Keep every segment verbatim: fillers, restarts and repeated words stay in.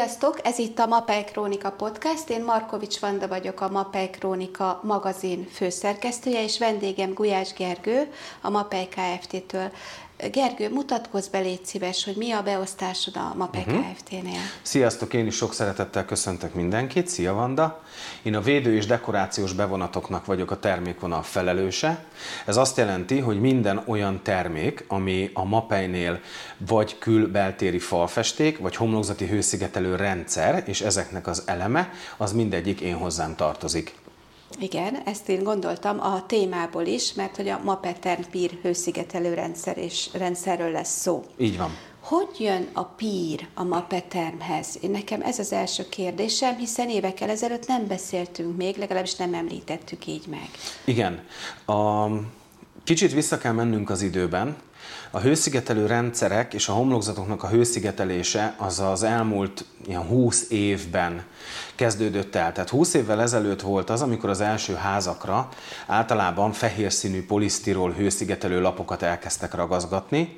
Sziasztok! Ez itt a Mapei Krónika Podcast. Én Markovics Vanda vagyok, a Mapei Krónika magazin főszerkesztője, és vendégem Gulyás Gergő, a Mapei Kft-től. Gergő, mutatkozz be, légy szíves, hogy mi a beosztásod a Mapei uh-huh. Kft-nél. Sziasztok, én is sok szeretettel köszöntök mindenkit. Szia, Vanda! Én a védő és dekorációs bevonatoknak vagyok a termékvonal felelőse. Ez azt jelenti, hogy minden olyan termék, ami a Mapeinél vagy kül-beltéri falfesték, vagy homlokzati hőszigetelő rendszer, és ezeknek az eleme, az mindegyik én hozzám tartozik. Igen, ezt én gondoltam a témából is, mert hogy a Mapeterm pír hőszigetelő rendszer és rendszerről lesz szó. Így van. Hogy jön a pír a Mapetermhez? Én nekem ez az első kérdésem, hiszen évekkel ezelőtt nem beszéltünk még, legalábbis nem említettük így meg. Igen. A... Kicsit vissza kell mennünk az időben. A hőszigetelő rendszerek és a homlokzatoknak a hőszigetelése az az elmúlt ilyen húsz évben kezdődött el. Tehát húsz évvel ezelőtt volt az, amikor az első házakra általában fehér színű polisztirol hőszigetelő lapokat elkezdtek ragaszgatni,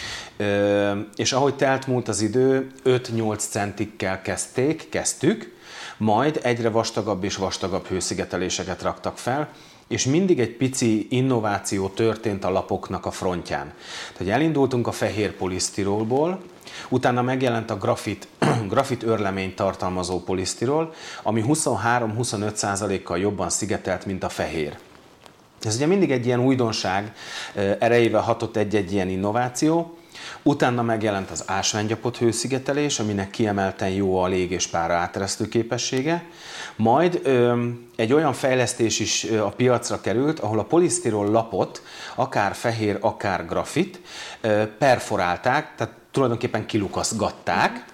és ahogy telt múlt az idő, öt-nyolc centikkel kezdték, kezdtük, majd egyre vastagabb és vastagabb hőszigeteléseket raktak fel, és mindig egy pici innováció történt a lapoknak a frontján. Tehát elindultunk a fehér polisztirolból, utána megjelent a grafit, grafit őrleményt tartalmazó polisztirol, ami huszonhárom-huszonöt százalékkal jobban szigetelt, mint a fehér. Ez ugye mindig egy ilyen újdonság erejével hatott egy-egy ilyen innováció. Utána megjelent az ásványgyapott hőszigetelés, aminek kiemelten jó a lég- és pára áteresztő képessége. Majd ö, egy olyan fejlesztés is a piacra került, ahol a polisztirol lapot, akár fehér, akár grafit, ö, perforálták, tehát tulajdonképpen kilukaszgatták.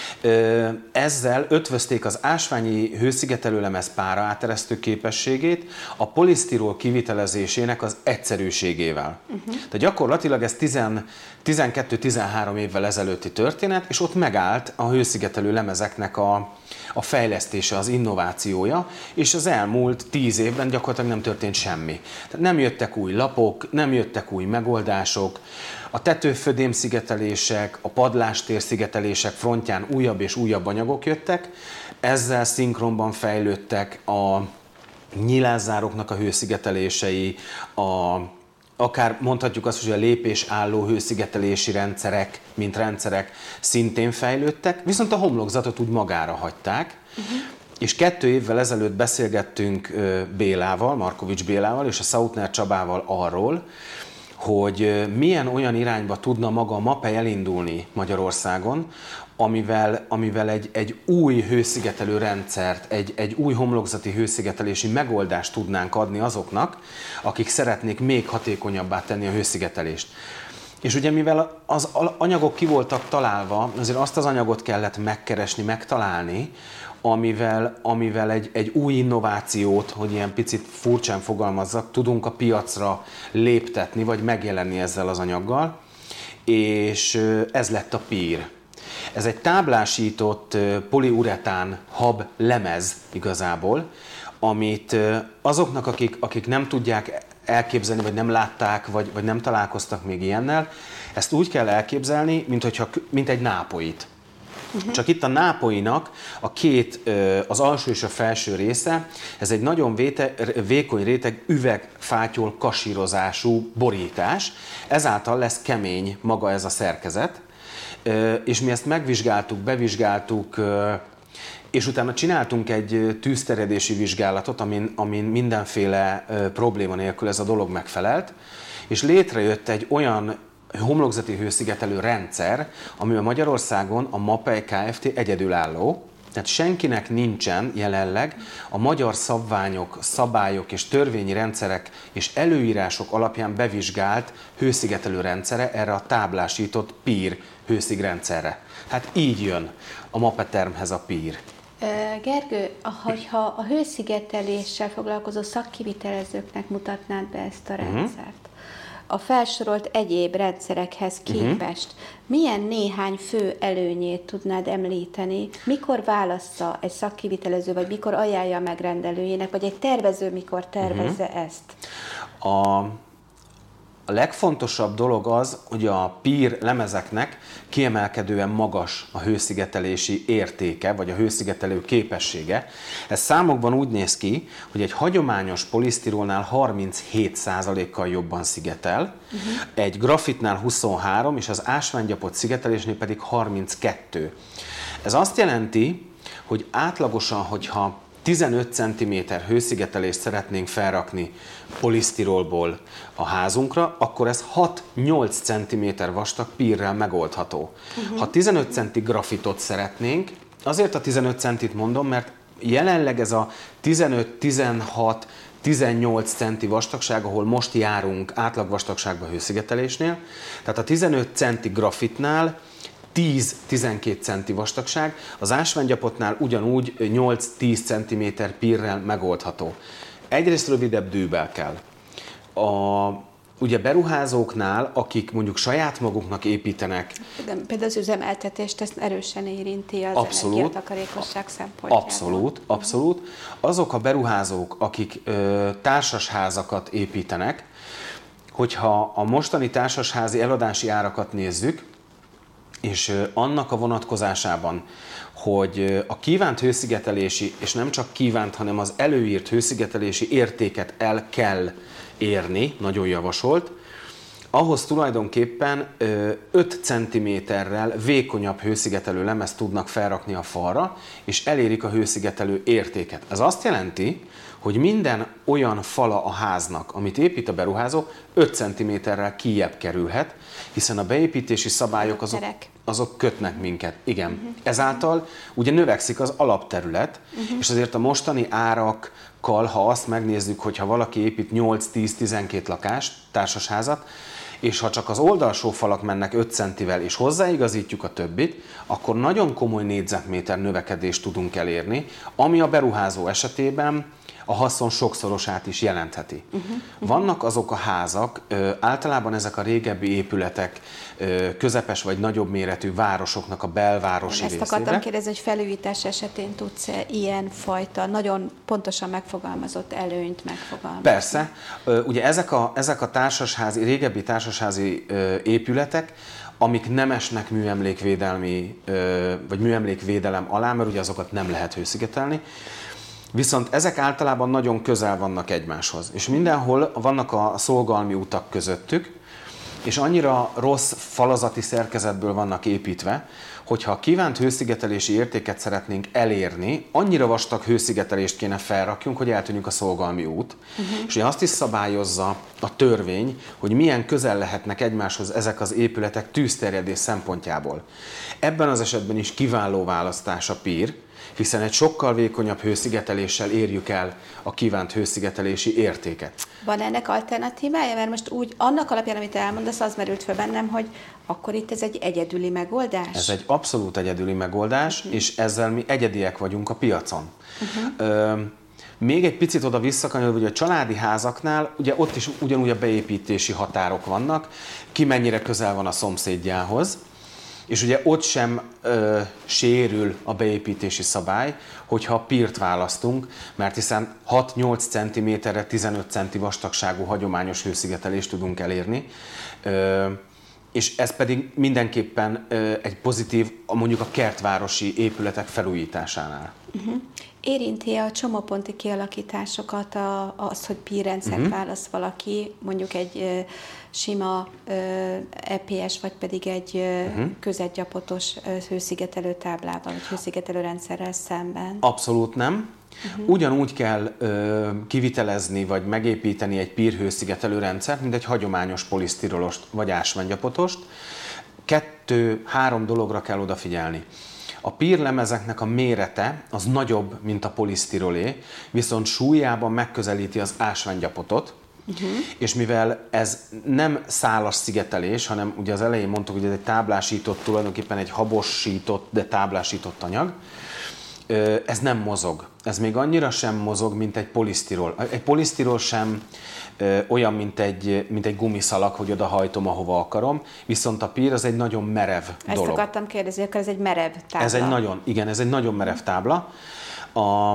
Ezzel ötvözték az ásványi hőszigetelőlemez pára áteresztő képességét a polisztirol kivitelezésének az egyszerűségével. Uh-huh. Tehát gyakorlatilag ez tizenkettő-tizenhárom évvel ezelőtti történet, és ott megállt a hőszigetelő lemezeknek a, a fejlesztése, az innovációja, és az elmúlt tíz évben gyakorlatilag nem történt semmi. Tehát nem jöttek új lapok, nem jöttek új megoldások, a tetőfödém szigetelések, a padlástér szigetelések frontján újabb és újabb anyagok jöttek, ezzel szinkronban fejlődtek a nyilázzároknak a hőszigetelései, a, akár mondhatjuk azt, hogy a lépésálló hőszigetelési rendszerek, mint rendszerek szintén fejlődtek, viszont a homlokzatot úgy magára hagyták. Uh-huh. És kettő évvel ezelőtt beszélgettünk Bélával, Markovics Bélával és a Sautner Csabával arról, hogy milyen olyan irányba tudna maga a Mapei elindulni Magyarországon, amivel, amivel egy, egy új hőszigetelő rendszert, egy, egy új homlokzati hőszigetelési megoldást tudnánk adni azoknak, akik szeretnék még hatékonyabbá tenni a hőszigetelést. És ugye mivel az anyagok ki voltak találva, azért azt az anyagot kellett megkeresni, megtalálni, amivel, amivel egy, egy új innovációt, hogy ilyen picit furcsán fogalmazzak, tudunk a piacra léptetni, vagy megjelenni ezzel az anyaggal, és ez lett a pír. Ez egy táblásított poliuretán hab lemez igazából, amit azoknak, akik, akik nem tudják elképzelni, vagy nem látták, vagy, vagy nem találkoztak még ilyennel, ezt úgy kell elképzelni, mint, hogyha, mint egy nápolyt. Uh-huh. Csak itt a nápolynak a két, az alsó és a felső része, ez egy nagyon véte, vékony réteg üvegfátyol kasírozású borítás, ezáltal lesz kemény maga ez a szerkezet, és mi ezt megvizsgáltuk, bevizsgáltuk, és utána csináltunk egy tűzterjedési vizsgálatot, amin, amin mindenféle probléma nélkül ez a dolog megfelelt, és létrejött egy olyan homlokzati hőszigetelő rendszer, amivel Magyarországon a Mapei Kft. Egyedülálló, tehát senkinek nincsen jelenleg a magyar szabványok, szabályok és törvényi rendszerek és előírások alapján bevizsgált hőszigetelő rendszere erre a táblásított pír hőszigrendszerre. Hát így jön a Mapetermhez a pír. Gergő, hogyha a hőszigeteléssel foglalkozó szakkivitelezőknek mutatnád be ezt a rendszert, uh-huh. a felsorolt egyéb rendszerekhez képest uh-huh. milyen néhány fő előnyét tudnád említeni? Mikor válassza egy szakkivitelező, vagy mikor ajánlja a megrendelőjének, vagy egy tervező mikor tervezze uh-huh. ezt? A A legfontosabb dolog az, hogy a pír lemezeknek kiemelkedően magas a hőszigetelési értéke, vagy a hőszigetelő képessége. Ez számokban úgy néz ki, hogy egy hagyományos polisztirolnál harminchét százalékkal jobban szigetel, uh-huh. egy grafitnál huszonhárom, és az ásványgyapott szigetelésnél pedig harminckettő. Ez azt jelenti, hogy átlagosan, hogyha tizenöt centiméter hőszigetelést szeretnénk felrakni polisztirolból a házunkra, akkor ez hat-nyolc centiméter vastag pírrel megoldható. Uh-huh. Ha tizenöt centi grafitot szeretnénk, azért a tizenöt centit mondom, mert jelenleg ez a tizenöt, tizenhat, tizennyolc centi vastagság, ahol most járunk átlagvastagságban hőszigetelésnél, tehát a tizenöt centi grafitnál tíz-tizenkét centi vastagság, az ásványgyapotnál ugyanúgy nyolc-tíz centiméter pírrel megoldható. Egyrészt rövidebb dűbel kell. A, ugye beruházóknál, akik mondjuk saját maguknak építenek. De például az üzemeltetést ezt erősen érinti az abszolút, energiatakarékosság szempontjából. Abszolút, abszolút. Azok a beruházók, akik ö, társasházakat építenek, hogyha a mostani társasházi eladási árakat nézzük, és annak a vonatkozásában, hogy a kívánt hőszigetelési, és nem csak kívánt, hanem az előírt hőszigetelési értéket el kell érni, nagyon javasolt, ahhoz tulajdonképpen öt centiméterrel vékonyabb hőszigetelő lemezt tudnak felrakni a falra, és elérik a hőszigetelő értéket. Ez azt jelenti, hogy minden olyan fala a háznak, amit épít a beruházó, öt centiméterrel kijjebb kerülhet, hiszen a beépítési szabályok azok, azok kötnek minket. Igen. Uh-huh. Ezáltal ugye növekszik az alapterület, uh-huh. és azért a mostani árakkal, ha azt megnézzük, hogyha valaki épít nyolc-tíz-tizenkét lakást, társasházat, és ha csak az oldalsó falak mennek öt centivel, és hozzáigazítjuk a többit, akkor nagyon komoly négyzetméter növekedést tudunk elérni, ami a beruházó esetében a haszon sokszorosát is jelentheti. Uh-huh. Vannak azok a házak, általában ezek a régebbi épületek közepes vagy nagyobb méretű városoknak a belvárosi részére. Ezt akartam kérdezni, hogy felújítás esetén tudsz ilyen fajta, nagyon pontosan megfogalmazott előnyt megfogalmazni? Persze. Ugye ezek a, ezek a társasházi, régebbi társasházi épületek, amik nem esnek műemlékvédelmi, vagy műemlékvédelem alá, mert ugye azokat nem lehet hőszigetelni, viszont ezek általában nagyon közel vannak egymáshoz, és mindenhol vannak a szolgalmi utak közöttük, és annyira rossz falazati szerkezetből vannak építve, hogyha a kívánt hőszigetelési értéket szeretnénk elérni, annyira vastag hőszigetelést kéne felrakjunk, hogy eltűnjünk a szolgalmi út. Uh-huh. És ugye azt is szabályozza a törvény, hogy milyen közel lehetnek egymáshoz ezek az épületek tűzterjedés szempontjából. Ebben az esetben is kiváló választás a pír, hiszen egy sokkal vékonyabb hőszigeteléssel érjük el a kívánt hőszigetelési értéket. Van ennek alternatívája? Mert most úgy annak alapján, amit elmondasz, az merült fel bennem, hogy akkor itt ez egy egyedüli megoldás? Ez egy abszolút egyedüli megoldás, uh-huh. és ezzel mi egyediek vagyunk a piacon. Uh-huh. Ö, még egy picit oda visszakanyarodva, hogy a családi házaknál, ugye ott is ugyanúgy a beépítési határok vannak, ki mennyire közel van a szomszédjához, és ugye ott sem ö, sérül a beépítési szabály, hogyha pírt választunk, mert hiszen hat-nyolc centiméterre tizenöt centi vastagságú hagyományos hőszigetelést tudunk elérni, ö, és ez pedig mindenképpen ö, egy pozitív, mondjuk a kertvárosi épületek felújításánál. Uh-huh. Érinti a csomóponti kialakításokat a, az, hogy pírrendszert uh-huh. választ valaki, mondjuk egy ö, sima ö, é pé es, vagy pedig egy ö, uh-huh. közegyapotos ö, hőszigetelő táblával, vagy hőszigetelő rendszerrel szemben? Abszolút nem. Uh-huh. Ugyanúgy kell ö, kivitelezni, vagy megépíteni egy pírhőszigetelő rendszert, mint egy hagyományos polisztirolost, vagy ásványgyapotost. Kettő-három dologra kell odafigyelni. A pírlemezeknek a mérete az nagyobb, mint a polisztirolé, viszont súlyában megközelíti az ásványgyapotot, uh-huh. és mivel ez nem szálas szigetelés, hanem ugye az elején mondtuk, hogy ez egy táblásított, tulajdonképpen egy habosított, de táblásított anyag, ez nem mozog. Ez még annyira sem mozog, mint egy polisztirol. Egy polisztirol sem olyan, mint egy, mint egy gumiszalak, hogy oda hajtom, ahova akarom, viszont a pír az egy nagyon merev Ezt dolog. Ezt akartam kérdezni, akkor ez egy merev tábla. Ez egy nagyon, igen, ez egy nagyon merev tábla. A,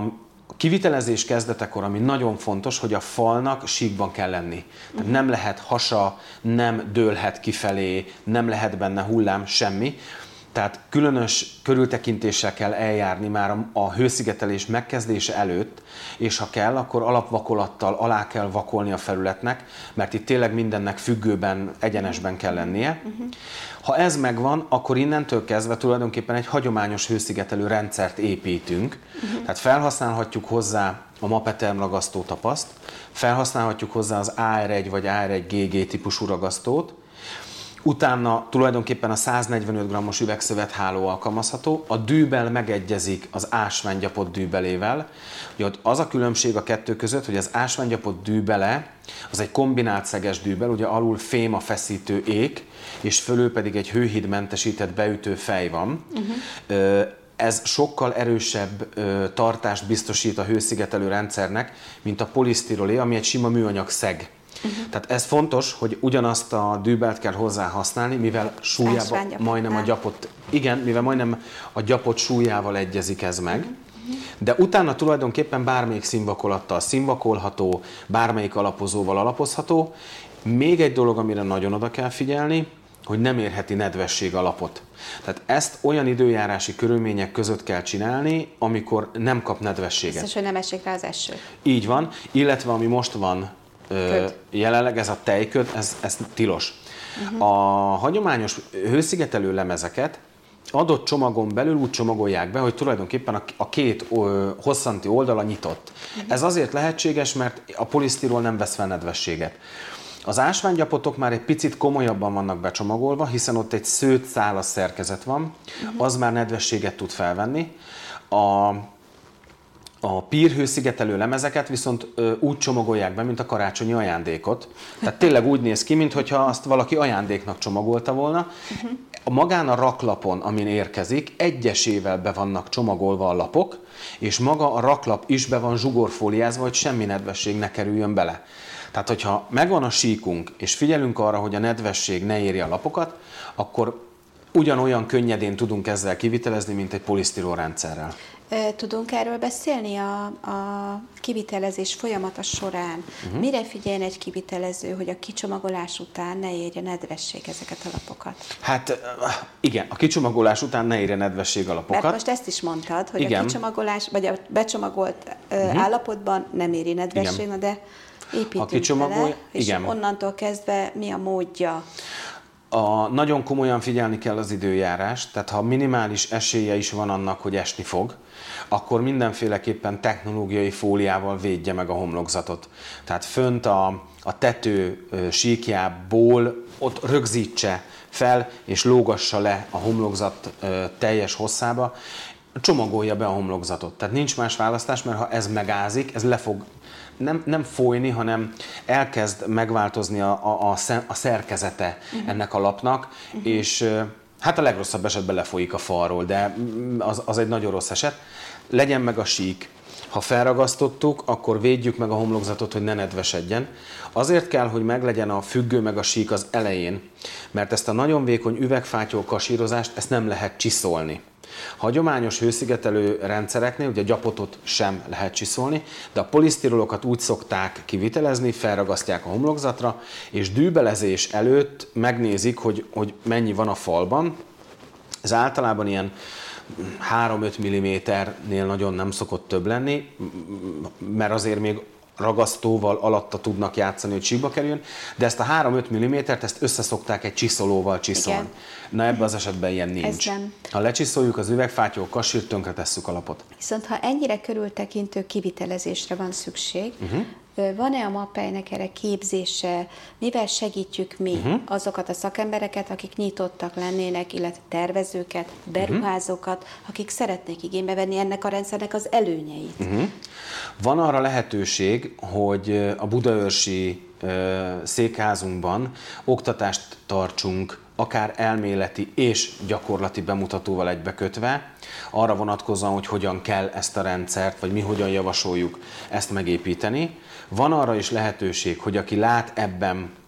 A kivitelezés kezdetekor, ami nagyon fontos, hogy a falnak síkban kell lenni. Tehát nem lehet hasa, nem dőlhet kifelé, nem lehet benne hullám, semmi. Tehát különös körültekintéssel kell eljárni már a hőszigetelés megkezdése előtt, és ha kell, akkor alapvakolattal alá kell vakolni a felületnek, mert itt tényleg mindennek függőben, egyenesben kell lennie. Ha ez megvan, akkor innentől kezdve tulajdonképpen egy hagyományos hőszigetelő rendszert építünk, tehát felhasználhatjuk hozzá a Mapeterm ragasztó tapaszt, felhasználhatjuk hozzá az á er egy vagy á er egy gé gé típusú ragasztót, utána tulajdonképpen a száznegyvenöt grammos üvegszövetháló alkalmazható, a dűbel megegyezik az ásványgyapot dűbelével. Ugye az a különbség a kettő között, hogy az ásványgyapot dűbele az egy kombinált szeges dűbel, ugye alul fém a feszítő ék, és fölül pedig egy hőhídmentesített beütő fej van. Uh-huh. Ez sokkal erősebb tartást biztosít a hőszigetelő rendszernek, mint a polisztirolé, ami egy sima műanyag szeg. Uh-huh. Tehát ez fontos, hogy ugyanazt a dűbelt kell hozzá használni, mivel súlyában majdnem a gyapot, igen, mivel majdnem a gyapot súlyával egyezik ez meg. Uh-huh. De utána tulajdonképpen bármelyik színvakolattal színvakolható, bármelyik alapozóval alapozható. Még egy dolog, amire nagyon oda kell figyelni, hogy nem érheti nedvesség a lapot. Tehát ezt olyan időjárási körülmények között kell csinálni, amikor nem kap nedvességet. Biztos, hogy nem esik rá az eső. Így van, illetve ami most van Köd. jelenleg, ez a tejköd, ez, ez tilos. Uh-huh. A hagyományos hőszigetelő lemezeket adott csomagon belül úgy csomagolják be, hogy tulajdonképpen a, a két ö, hosszanti oldala nyitott. Uh-huh. Ez azért lehetséges, mert a polisztirol nem vesz fel nedvességet. Az ásványgyapotok már egy picit komolyabban vannak becsomagolva, hiszen ott egy szőtt szálas szerkezet van, uh-huh. az már nedvességet tud felvenni. A A pírhőszigetelő lemezeket viszont ö, úgy csomagolják be, mint a karácsonyi ajándékot. Tehát tényleg úgy néz ki, mintha azt valaki ajándéknak csomagolta volna. Uh-huh. A magán a raklapon, amin érkezik, egyesével be vannak csomagolva a lapok, és maga a raklap is be van zsugorfóliázva, hogy semmi nedvesség ne kerüljön bele. Tehát, hogyha megvan a síkunk, és figyelünk arra, hogy a nedvesség ne érje a lapokat, akkor ugyanolyan könnyedén tudunk ezzel kivitelezni, mint egy polisztirol rendszerrel. Tudunk erről beszélni a, a kivitelezés folyamata során? Uh-huh. Mire figyeljen egy kivitelező, hogy a kicsomagolás után ne érje nedvesség ezeket a lapokat? Hát igen, a kicsomagolás után ne érje nedvesség a lapokat. Mert most ezt is mondtad, hogy igen. a kicsomagolás, vagy a becsomagolt uh-huh. állapotban nem éri nedvesség, na de építünk vele, és igen. onnantól kezdve mi a módja? A, nagyon komolyan figyelni kell az időjárást, tehát ha minimális esélye is van annak, hogy esni fog, akkor mindenféleképpen technológiai fóliával védje meg a homlokzatot. Tehát fönt a, a tető síkjából ott rögzítse fel és lógassa le a homlokzat teljes hosszába, csomagolja be a homlokzatot. Tehát nincs más választás, mert ha ez megázik, ez le fog Nem, nem folyni, hanem elkezd megváltozni a, a, a szerkezete uh-huh. ennek a lapnak, uh-huh. és hát a legrosszabb esetben lefolyik a falról, de az, az egy nagyon rossz eset. Legyen meg a sík. Ha felragasztottuk, akkor védjük meg a homlokzatot, hogy ne nedvesedjen. Azért kell, hogy meglegyen a függő meg a sík az elején, mert ezt a nagyon vékony üvegfátyol kasírozást, ezt nem lehet csiszolni. Hagyományos hőszigetelő rendszereknél ugye a gyapotot sem lehet csiszolni, de a polisztirolokat úgy szokták kivitelezni, felragasztják a homlokzatra, és dűbelezés előtt megnézik, hogy, hogy mennyi van a falban. Ez általában ilyen három-öt milliméternél nagyon nem szokott több lenni, mert azért még ragasztóval alatta tudnak játszani, hogy síkba kerüljön, de ezt a három-öt millimétert ezt összeszokták egy csiszolóval csiszolni. Igen. Na ebben az esetben ilyen nincs. Ha lecsiszoljuk az üvegfátyol kasírt, tönkre tesszük a lapot. Viszont ha ennyire körültekintő kivitelezésre van szükség, uh-huh. van-e a MAPEI-nek erre képzése, mivel segítjük mi uh-huh. azokat a szakembereket, akik nyitottak lennének, illetve tervezőket, beruházókat, uh-huh. akik szeretnék igénybe venni ennek a rendszernek az előnyeit? Uh-huh. Van arra lehetőség, hogy a budaörsi székházunkban oktatást tartsunk, akár elméleti és gyakorlati bemutatóval egybekötve, arra vonatkozóan, hogy hogyan kell ezt a rendszert, vagy mi hogyan javasoljuk ezt megépíteni. Van arra is lehetőség, hogy aki lát ebben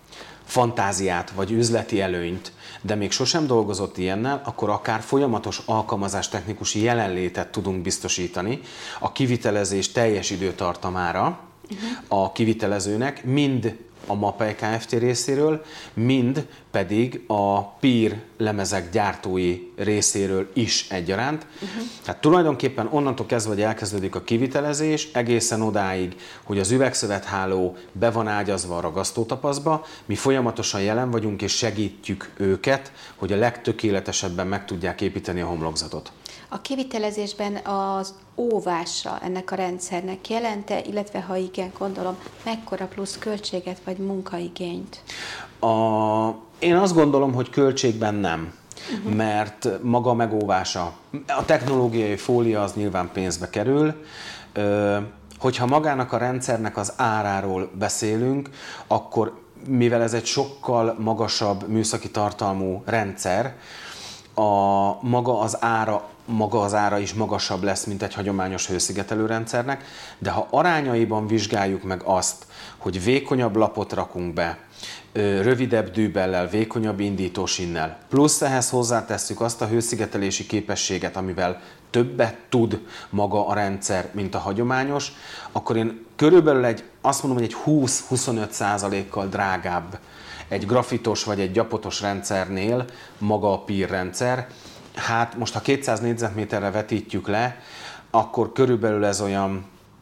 fantáziát vagy üzleti előnyt, de még sosem dolgozott ilyennel, akkor akár folyamatos alkalmazástechnikusi jelenlétet tudunk biztosítani a kivitelezés teljes időtartamára uh-huh. a kivitelezőnek, mind a MAPEI Kft. Részéről, mind pedig a pír lemezek gyártói részéről is egyaránt. Uh-huh. Tehát tulajdonképpen onnantól kezdve, hogy elkezdődik a kivitelezés, egészen odáig, hogy az üvegszövetháló be van ágyazva a ragasztótapaszba, mi folyamatosan jelen vagyunk és segítjük őket, hogy a legtökéletesebben meg tudják építeni a homlokzatot. A kivitelezésben az óvása ennek a rendszernek jelente, illetve ha igen, gondolom, mekkora plusz költséget vagy munkaigényt? A, én azt gondolom, hogy költségben nem, uh-huh. mert maga a megóvása, a technológiai fólia az nyilván pénzbe kerül, hogyha magának a rendszernek az áráról beszélünk, akkor mivel ez egy sokkal magasabb műszaki tartalmú rendszer, a maga az ára maga az ára is magasabb lesz, mint egy hagyományos hőszigetelő rendszernek, de ha arányaiban vizsgáljuk meg azt, hogy vékonyabb lapot rakunk be, rövidebb dűbellel, vékonyabb indítósinnel, plusz ehhez hozzátesszük azt a hőszigetelési képességet, amivel többet tud maga a rendszer, mint a hagyományos, akkor én körülbelül egy, azt mondom, hogy egy húsz-huszonöt százalékkal drágább egy grafitos vagy egy gyapotos rendszernél maga a pír rendszer. Hát most ha kétszáz négyzetméterre vetítjük le, akkor körülbelül ez olyan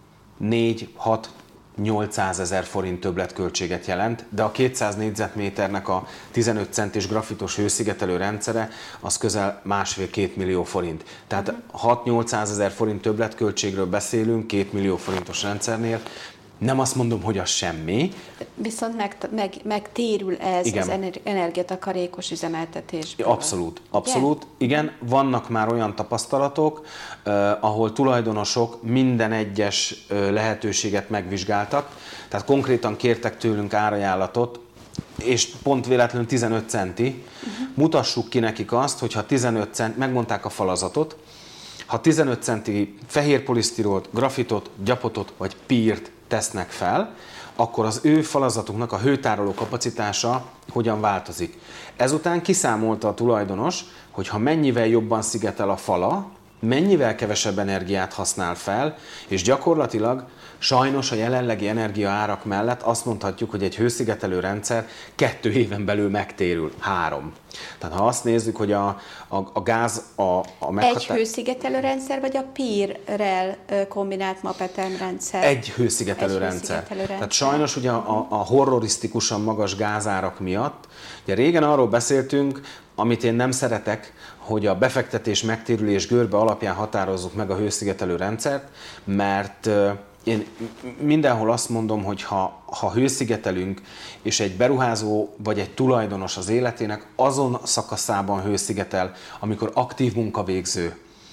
négy-hat-nyolcszázezer forint többletköltséget jelent, de a kétszáz négyzetméternek a tizenöt centis grafitos hőszigetelő rendszere az közel másfél-két millió forint. Tehát hat-nyolcszázezer forint többletköltségről beszélünk két millió forintos rendszernél. Nem azt mondom, hogy az semmi. Viszont meg, meg, megtérül ez igen. az energiatakarékos üzemeltetésből. Abszolút, abszolút. Igen, igen vannak már olyan tapasztalatok, eh, ahol tulajdonosok minden egyes eh, lehetőséget megvizsgáltak, tehát konkrétan kértek tőlünk árajánlatot, és pont véletlenül tizenöt centi, uh-huh. mutassuk ki nekik azt, hogyha tizenöt cent, megmondták a falazatot, ha tizenöt centi fehér polisztirolt, grafitot, gyapotot vagy pírt tesznek fel, akkor az ő falazatunknak a hőtároló kapacitása hogyan változik. Ezután kiszámolta a tulajdonos, hogy ha mennyivel jobban szigetel a fala, mennyivel kevesebb energiát használ fel, és gyakorlatilag sajnos a jelenlegi energiaárak mellett azt mondhatjuk, hogy egy hőszigetelő rendszer kettő éven belül megtérül, három. Tehát ha azt nézzük, hogy a, a, a gáz a, a meghatár... Egy hőszigetelő rendszer, vagy a pírrel kombinált MAPETEM rendszer? Egy hőszigetelő, Egy rendszer. hőszigetelő rendszer. Tehát sajnos ugye a, a horrorisztikusan magas gázárak miatt, ugye régen arról beszéltünk, amit én nem szeretek, hogy a befektetés megtérülés görbe alapján határozzuk meg a hőszigetelő rendszert, mert én mindenhol azt mondom, hogy ha, ha hőszigetelünk, és egy beruházó vagy egy tulajdonos az életének azon szakaszában hőszigetel, amikor aktív munkavégző,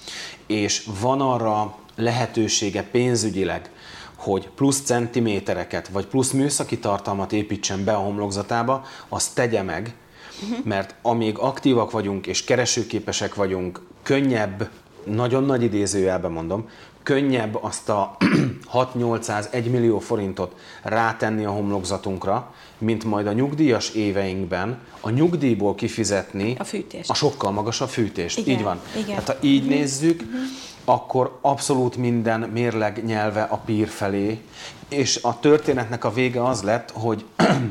és van arra lehetősége pénzügyileg, hogy plusz centimétereket, vagy plusz műszaki tartalmat építsen be a homlokzatába, azt tegye meg, mert amíg aktívak vagyunk és keresőképesek vagyunk, könnyebb, nagyon nagy idézőjelben mondom, könnyebb azt a hat-nyolcszáz-egy millió forintot rátenni a homlokzatunkra, mint majd a nyugdíjas éveinkben a nyugdíjból kifizetni a, fűtést. a sokkal magasabb fűtést. Igen, így van. Igen. Tehát ha így uh-huh. nézzük, uh-huh. akkor abszolút minden mérleg nyelve a pír felé, és a történetnek a vége az lett, hogy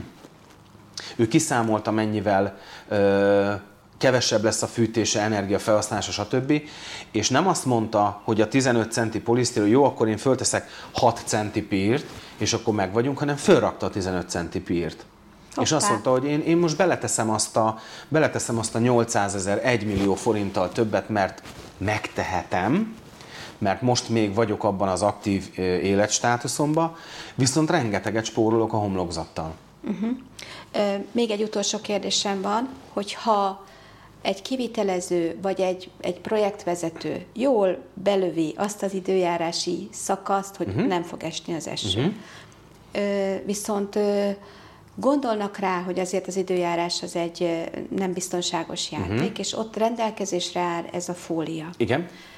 ő kiszámolta, mennyivel ö, kevesebb lesz a fűtése, energia felhasználása, stb. És nem azt mondta, hogy a tizenöt centi polisztirol, jó, akkor én fölteszek hat centi pírt, és akkor meg vagyunk, hanem fölrakta a tizenöt centi pírt. Hoppá. És azt mondta, hogy én, én most beleteszem azt a, beleteszem azt a nyolcszázezer, egy millió forinttal többet, mert megtehetem, mert most még vagyok abban az aktív életstátuszomban, viszont rengeteget spórolok a homlokzattal. Uh-huh. Még egy utolsó kérdésem van, hogy ha egy kivitelező vagy egy, egy projektvezető jól belövi azt az időjárási szakaszt, hogy uh-huh. nem fog esni az eső, uh-huh. viszont gondolnak rá, hogy azért az időjárás az egy nem biztonságos játék, uh-huh. és ott rendelkezésre áll ez a fólia. Igen.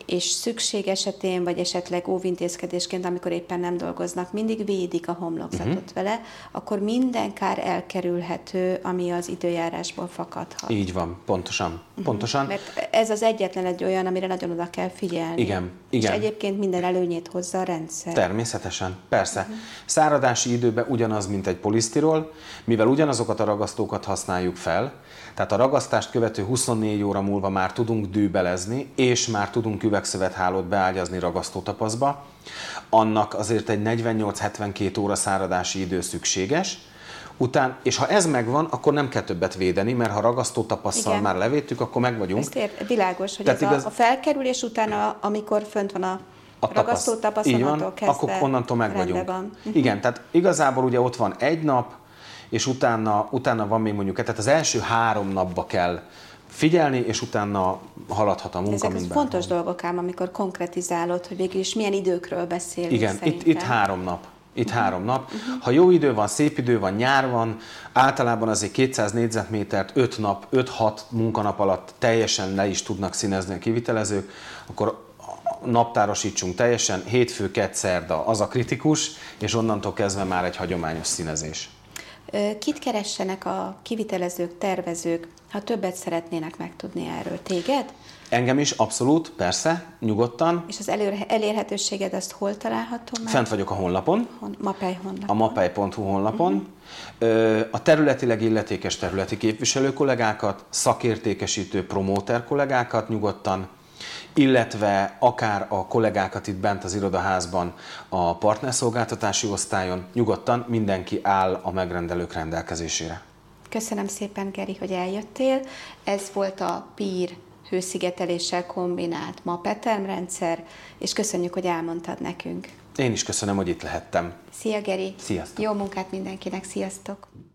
és szükség esetén, vagy esetleg óvintézkedésként, amikor éppen nem dolgoznak, mindig védik a homlokzatot uh-huh. vele, akkor minden kár elkerülhető, ami az időjárásból fakadhat. Így van, pontosan. Uh-huh. pontosan. Mert ez az egyetlen egy olyan, amire nagyon oda kell figyelni. Igen, igen. És egyébként minden előnyét hozza a rendszer. Természetesen, persze. Uh-huh. Száradási időben ugyanaz, mint egy polisztirol, mivel ugyanazokat a ragasztókat használjuk fel, tehát a ragasztást követő huszonnégy óra múlva már tudunk dűbelezni, és már tudunk üvegszövethálót beágyazni ragasztótapaszba. Annak azért egy negyvennyolc-hetvenkét óra száradási idő szükséges. Után, és ha ez megvan, akkor nem kell többet védeni, mert ha ragasztótapasszal Igen. már levédtük, akkor meg vagyunk. Ezt ér, világos, hogy Tehát ez igaz... a, a felkerülés után, amikor fönt van a, a ragasztótapasz, onnantól kezdve akkor onnantól meg vagyunk. Van. Igen, tehát igazából ugye ott van egy nap, és utána, utána van még mondjuk, tehát az első három napba kell figyelni, és utána haladhat a munka. Ezek fontos van. dolgok ám, amikor konkretizálod, hogy végül is milyen időkről beszélünk. Igen, itt, itt három nap. Itt uh-huh. három nap. Uh-huh. Ha jó idő van, szép idő van, nyár van, általában azért kétszáz négyzetmétert öt nap, öt-hat munkanap alatt teljesen le is tudnak színezni a kivitelezők, akkor naptárosítsunk teljesen, hétfő, kedd, szerda az a kritikus, és onnantól kezdve már egy hagyományos színezés. Kit keressenek a kivitelezők, tervezők, ha többet szeretnének megtudni erről? Téged? Engem is, abszolút, persze, nyugodtan. És az elő, elérhetőséged, azt hol található meg? Fent vagyok a honlapon. Hon, Mapei honlapon. A mapei pont hu honlapon. Uh-huh. A területileg illetékes területi képviselő kollégákat, szakértékesítő promóter kollégákat nyugodtan, illetve akár a kollégákat itt bent az irodaházban a partnerszolgáltatási osztályon, nyugodtan mindenki áll a megrendelők rendelkezésére. Köszönöm szépen, Geri, hogy eljöttél. Ez volt a pír hőszigeteléssel kombinált MAPETERM-rendszer, és köszönjük, hogy elmondtad nekünk. Én is köszönöm, hogy itt lehettem. Szia, Geri! Sziasztok! Jó munkát mindenkinek, sziasztok!